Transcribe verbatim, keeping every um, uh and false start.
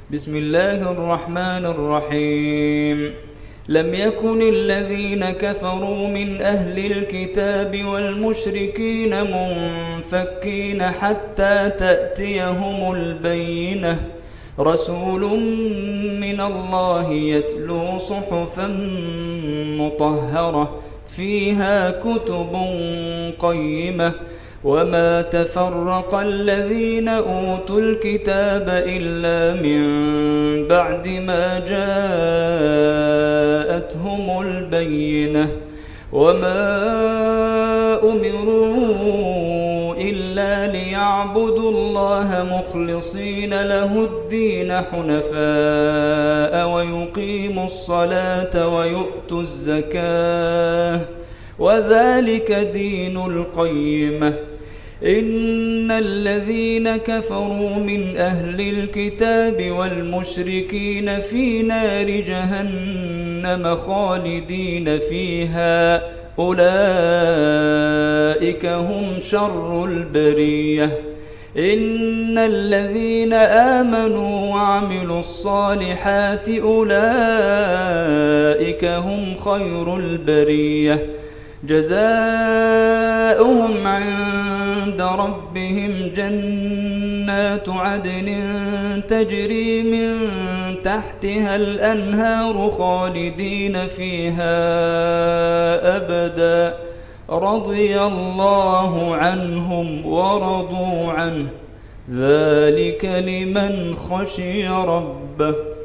بسم الله الرحمن الرحيم لم يكن الذين كفروا من أهل الكتاب والمشركين منفكين حتى تأتيهم البينة رسول من الله يتلو صحفا مطهرة فيها كتب قيمة وما تفرق الذين أوتوا الكتاب إلا من بعد ما جاءتهم البينة وما أمروا إلا ليعبدوا الله مخلصين له الدين حنفاء ويقيموا الصلاة ويؤتوا الزكاة وذلك دين القيمة إن الذين كفروا من أهل الكتاب والمشركين في نار جهنم خالدين فيها أولئك هم شر البرية إن الذين آمنوا وعملوا الصالحات أولئك هم خير البرية جزاؤهم عند ربهم جنات عدن تجري من تحتها الأنهار خالدين فيها أبدا رضي الله عنهم ورضوا عنه ذلك لمن خشي ربه